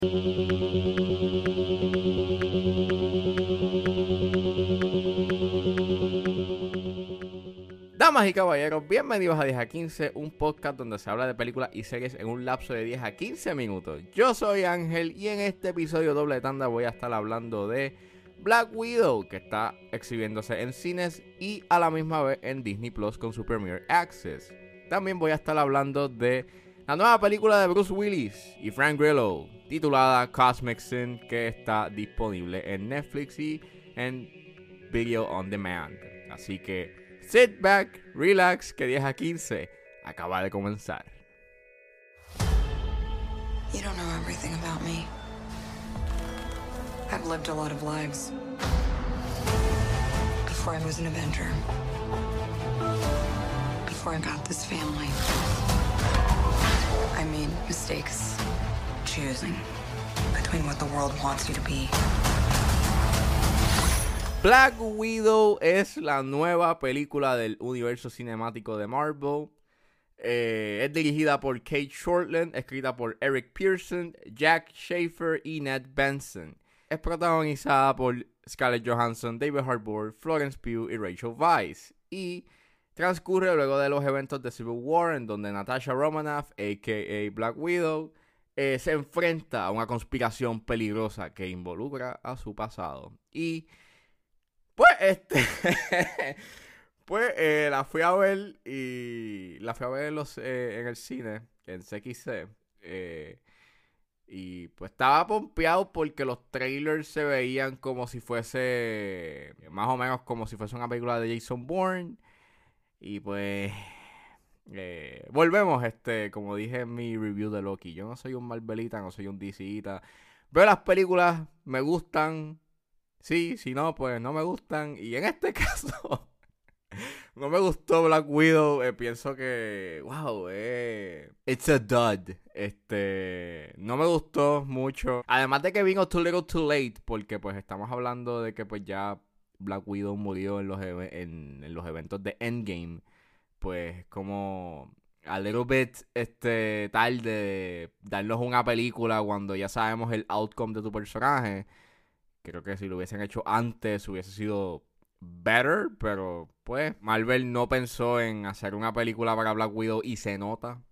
Damas y caballeros, bienvenidos a 10 a 15, un podcast donde se habla de películas y series en un lapso de 10 a 15 minutos. Yo soy Ángel y en este episodio doble tanda voy a estar hablando de Black Widow, que está exhibiéndose en cines y a la misma vez en Disney Plus con su Premier Access. También voy a estar hablando de la nueva película de Bruce Willis y Frank Grillo, titulada Cosmic Sin, que está disponible en Netflix y en Video On Demand. Así que sit back, relax, que 10 a 15 acaba de comenzar. You don't know everything about me. I've lived a lot of lives. Before I was an Avenger. Before I got this family. I made mistakes. Choosing between what the world wants you to be. Black Widow es la nueva película del universo cinemático de Marvel. Es dirigida por Kate Shortland, escrita por Eric Pearson, Jack Schaefer y Ned Benson. Es protagonizada por Scarlett Johansson, David Harbour, Florence Pugh y Rachel Weisz. Y transcurre luego de los eventos de Civil War, en donde Natasha Romanoff, a.k.a. Black Widow, se enfrenta a una conspiración peligrosa que involucra a su pasado. Y la fui a ver en el cine, en CXC. Y pues estaba pompeado porque los trailers se veían como si fuese, más o menos como si fuese una película de Jason Bourne. Y pues volvemos, como dije en mi review de Loki. Yo no soy un Marvelita, no soy un DCita. Veo las películas, me gustan. Sí, si no, pues no me gustan. Y en este caso, no me gustó Black Widow. Pienso que, wow, it's a dud. No me gustó mucho. Además de que vino too little too late, porque pues estamos hablando de que pues ya Black Widow murió en los eventos de Endgame. Pues como a little bit tarde de darnos una película cuando ya sabemos el outcome de tu personaje. Creo que si lo hubiesen hecho antes hubiese sido better, pero pues Marvel no pensó en hacer una película para Black Widow y se nota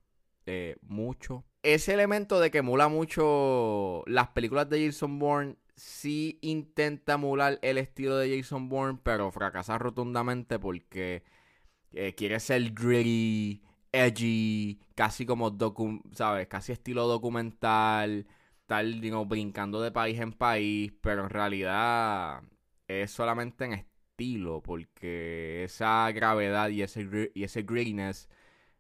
mucho. Ese elemento de que emula mucho las películas de Jason Bourne sí intenta emular el estilo de Jason Bourne, pero fracasa rotundamente porque quiere ser gritty, edgy, casi como ¿sabes? Casi estilo documental. Estar, brincando de país en país, pero en realidad es solamente en estilo, porque esa gravedad y ese grittiness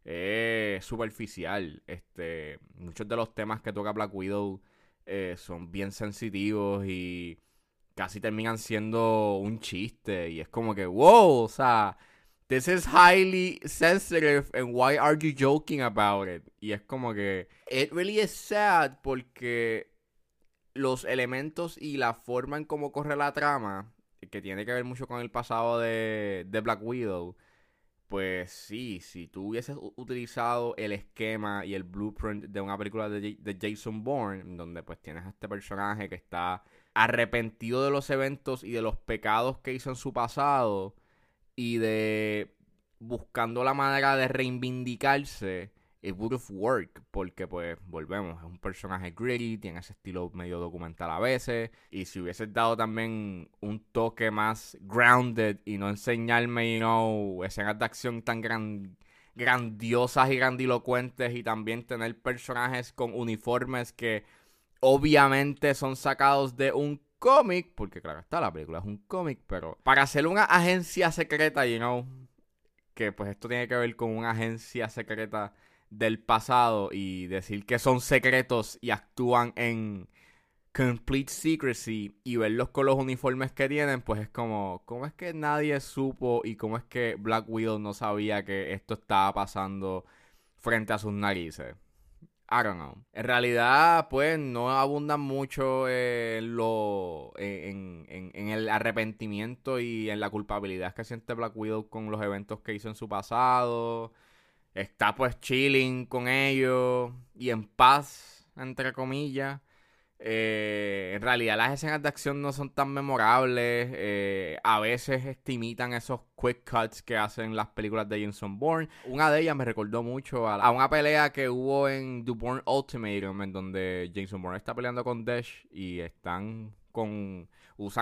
es superficial. Muchos de los temas que toca Black Widow son bien sensitivos y casi terminan siendo un chiste, y es como que, wow, o sea, this is highly sensitive and why are you joking about it? Y es como que it really is sad porque los elementos y la forma en cómo corre la trama, que tiene que ver mucho con el pasado de Black Widow, pues sí, si tú hubieses utilizado el esquema y el blueprint de una película de Jason Bourne, donde pues tienes a este personaje que está arrepentido de los eventos y de los pecados que hizo en su pasado, y de buscando la manera de reivindicarse, it would have worked, porque pues volvemos, es un personaje gritty, tiene ese estilo medio documental a veces, y si hubieses dado también un toque más grounded y no enseñarme, escenas de acción tan grandiosas y grandilocuentes, y también tener personajes con uniformes que obviamente son sacados de un cómic, porque claro está, la película es un cómic, pero para hacer una agencia secreta, que pues esto tiene que ver con una agencia secreta del pasado, y decir que son secretos y actúan en complete secrecy, y verlos con los uniformes que tienen, pues es como, ¿cómo es que nadie supo y cómo es que Black Widow no sabía que esto estaba pasando frente a sus narices? I don't know. En realidad, pues, no abundan mucho en el arrepentimiento y en la culpabilidad que siente Black Widow con los eventos que hizo en su pasado. Está, pues, chilling con ellos y en paz, entre comillas. En realidad las escenas de acción no son tan memorables. A veces imitan esos quick cuts que hacen las películas de Jason Bourne. Una de ellas me recordó mucho a una pelea que hubo en The Bourne Ultimatum, en donde Jason Bourne está peleando con Dash y usan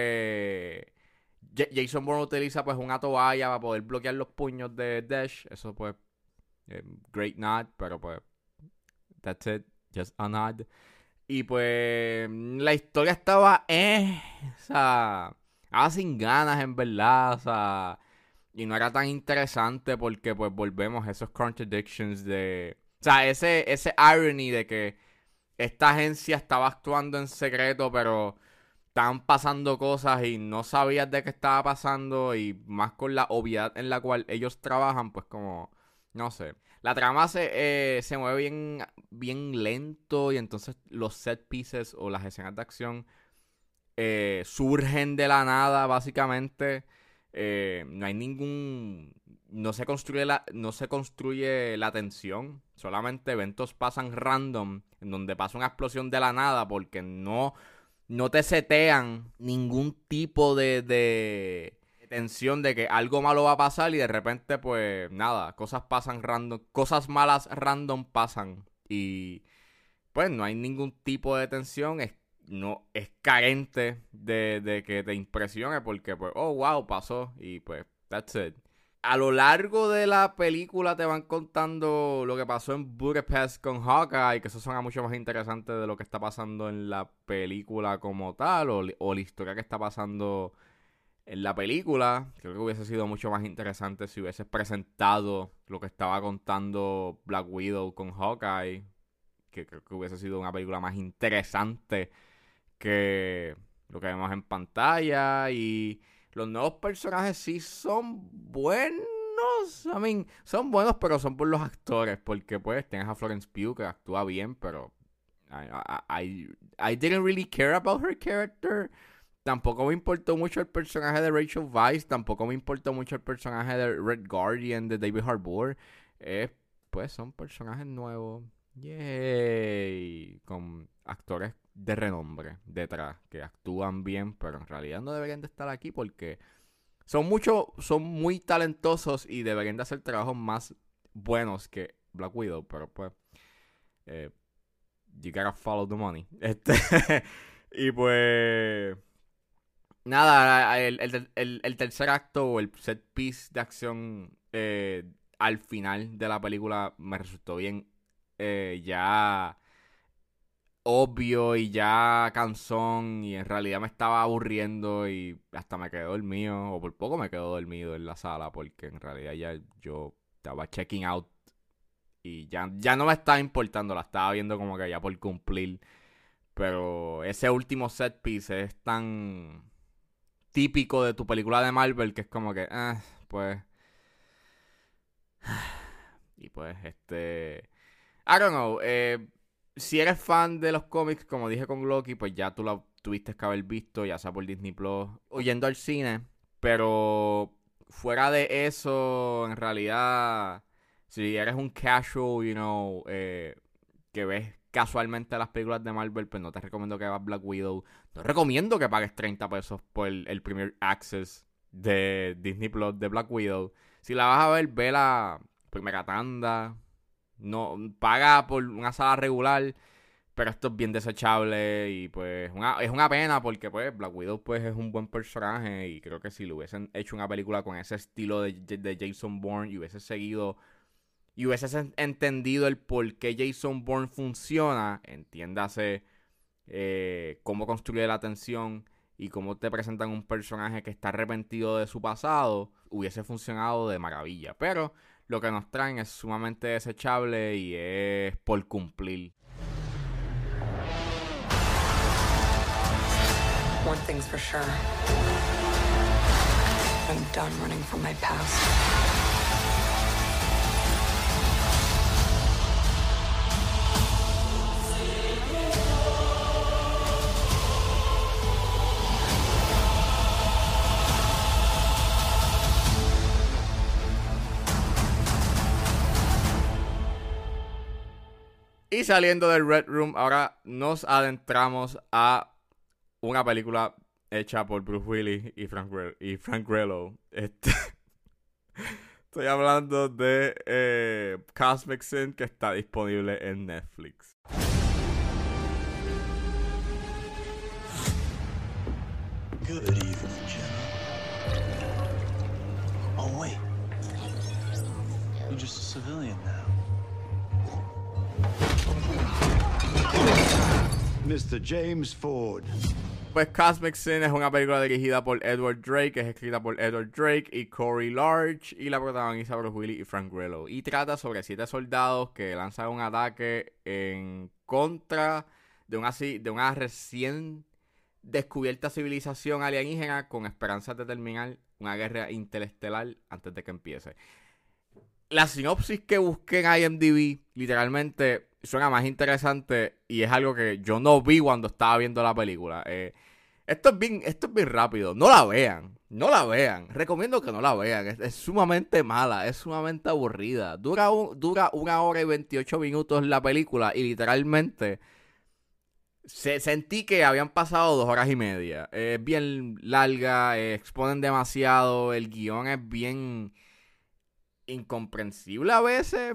Jason Bourne utiliza pues una toalla para poder bloquear los puños de Dash. Eso pues, great nod, pero pues, that's it, just a nod. Y pues la historia estaba, estaba sin ganas en verdad, o sea, y no era tan interesante porque pues volvemos a esos contradictions o sea, ese irony de que esta agencia estaba actuando en secreto, pero estaban pasando cosas y no sabías de qué estaba pasando, y más con la obviedad en la cual ellos trabajan, pues como, no sé. La trama se mueve bien lento, y entonces los set pieces o las escenas de acción surgen de la nada, básicamente. No hay no se construye la tensión. Solamente eventos pasan random, en donde pasa una explosión de la nada, porque no te setean ningún tipo de tensión de que algo malo va a pasar, y de repente pues nada, cosas pasan random, cosas malas random pasan, y pues no hay ningún tipo de tensión. Es carente de que te impresione, porque pues oh wow, pasó, y pues that's it. A lo largo de la película te van contando lo que pasó en Budapest con Hawkeye, que eso suena mucho más interesante de lo que está pasando en la película como tal, o la historia que está pasando en la película. Creo que hubiese sido mucho más interesante si hubieses presentado lo que estaba contando Black Widow con Hawkeye, que creo que hubiese sido una película más interesante que lo que vemos en pantalla. Y los nuevos personajes sí son buenos. I mean, son buenos, pero son por los actores. Porque pues tienes a Florence Pugh, que actúa bien, pero I didn't really care about her character. Tampoco me importó mucho el personaje de Rachel Weisz. Tampoco me importó mucho el personaje de Red Guardian de David Harbour. Pues son personajes nuevos. Yay. Con actores de renombre detrás, que actúan bien, pero en realidad no deberían de estar aquí, porque son muy talentosos y deberían de hacer trabajos más buenos que Black Widow. Pero pues you gotta follow the money. Y pues nada, el tercer acto, o el set piece de acción al final de la película me resultó bien ya obvio y ya cansón, y en realidad me estaba aburriendo, y hasta me quedé dormido, o por poco me quedo dormido en la sala, porque en realidad ya yo estaba checking out y ya no me estaba importando, la estaba viendo como que ya por cumplir. Pero ese último set piece es tan típico de tu película de Marvel, que es como que pues y pues I don't know, si eres fan de los cómics, como dije con Loki, pues ya tú lo tuviste que haber visto, ya sea por Disney Plus o yendo al cine. Pero fuera de eso, en realidad, si eres un casual, que ves casualmente las películas de Marvel, pues no te recomiendo que hagas Black Widow. No recomiendo que pagues $30 por el primer access de Disney Plus de Black Widow. Si la vas a ver, ve la primera tanda. No, paga por una sala regular, pero esto es bien desechable, y pues es una pena, porque pues Black Widow pues es un buen personaje, y creo que si le hubiesen hecho una película con ese estilo de Jason Bourne, y hubieses seguido y hubieses entendido el por qué Jason Bourne funciona, entiéndase cómo construye la tensión y cómo te presentan un personaje que está arrepentido de su pasado, hubiese funcionado de maravilla. Pero lo que nos traen es sumamente desechable y es por cumplir. One thing's for sure. I'm done running from my past. Y Y saliendo del Red Room, ahora nos adentramos a una película hecha por Bruce Willis y Frank Grillo. Estoy hablando de Cosmic Sin, que está disponible en Netflix. Good evening, General. Oh, wait. You're just a civilian now. Mr. James Ford. Pues Cosmic Sin es una película dirigida por Edward Drake, es escrita por Edward Drake y Corey Large, y la protagoniza Bruce Willis y Frank Grillo. Y trata sobre 7 soldados que lanzan un ataque en contra de una recién descubierta civilización alienígena con esperanzas de terminar una guerra interestelar antes de que empiece. La sinopsis que busqué en IMDb literalmente suena más interesante y es algo que yo no vi cuando estaba viendo la película. Esto es bien rápido. No la vean. Recomiendo que no la vean. Es sumamente mala, es sumamente aburrida. Dura 1 hora y 28 minutos la película y literalmente sentí que habían pasado 2 horas y media. Es bien larga, exponen demasiado, el guión es bien incomprensible a veces.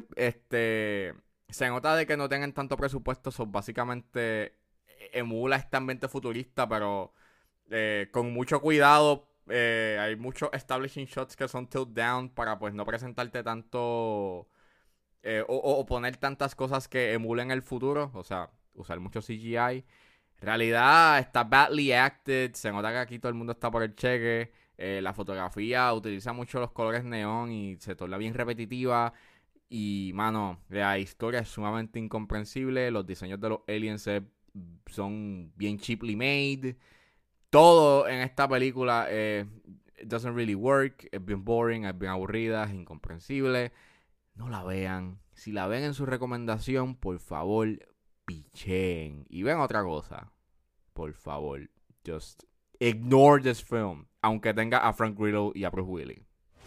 Se nota de que no tienen tanto presupuesto, son básicamente emula este ambiente futurista, pero con mucho cuidado. Hay muchos establishing shots que son tilt down para pues no presentarte tanto o poner tantas cosas que emulen el futuro, o sea, usar mucho CGI. En realidad está badly acted, se nota que aquí todo el mundo está por el cheque. La fotografía utiliza mucho los colores neón y se torna bien repetitiva. Y, mano, la historia es sumamente incomprensible. Los diseños de los aliens son bien cheaply made. Todo en esta película doesn't really work. Es bien boring, es bien aburrida, es incomprensible. No la vean. Si la ven en su recomendación, por favor, pichen. Y ven otra cosa. Por favor, just ignore this film. Aunque tenga a Frank Grillo y a Bruce Willis.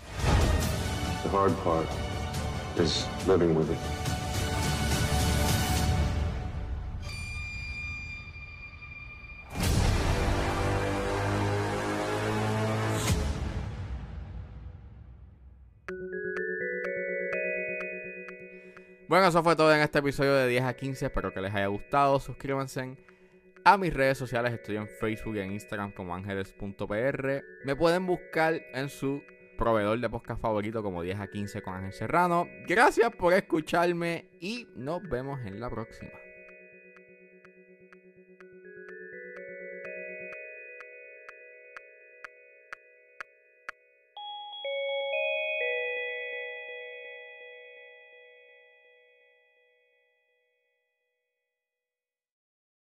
The hard part is living with it. Bueno, eso fue todo en este episodio de 10 a 15. Espero que les haya gustado. Suscríbanse a mis redes sociales. Estoy en Facebook y en Instagram como angeles.pr. Me pueden buscar en su proveedor de podcast favorito como 10 a 15 con Ángel Serrano. Gracias por escucharme y nos vemos en la próxima.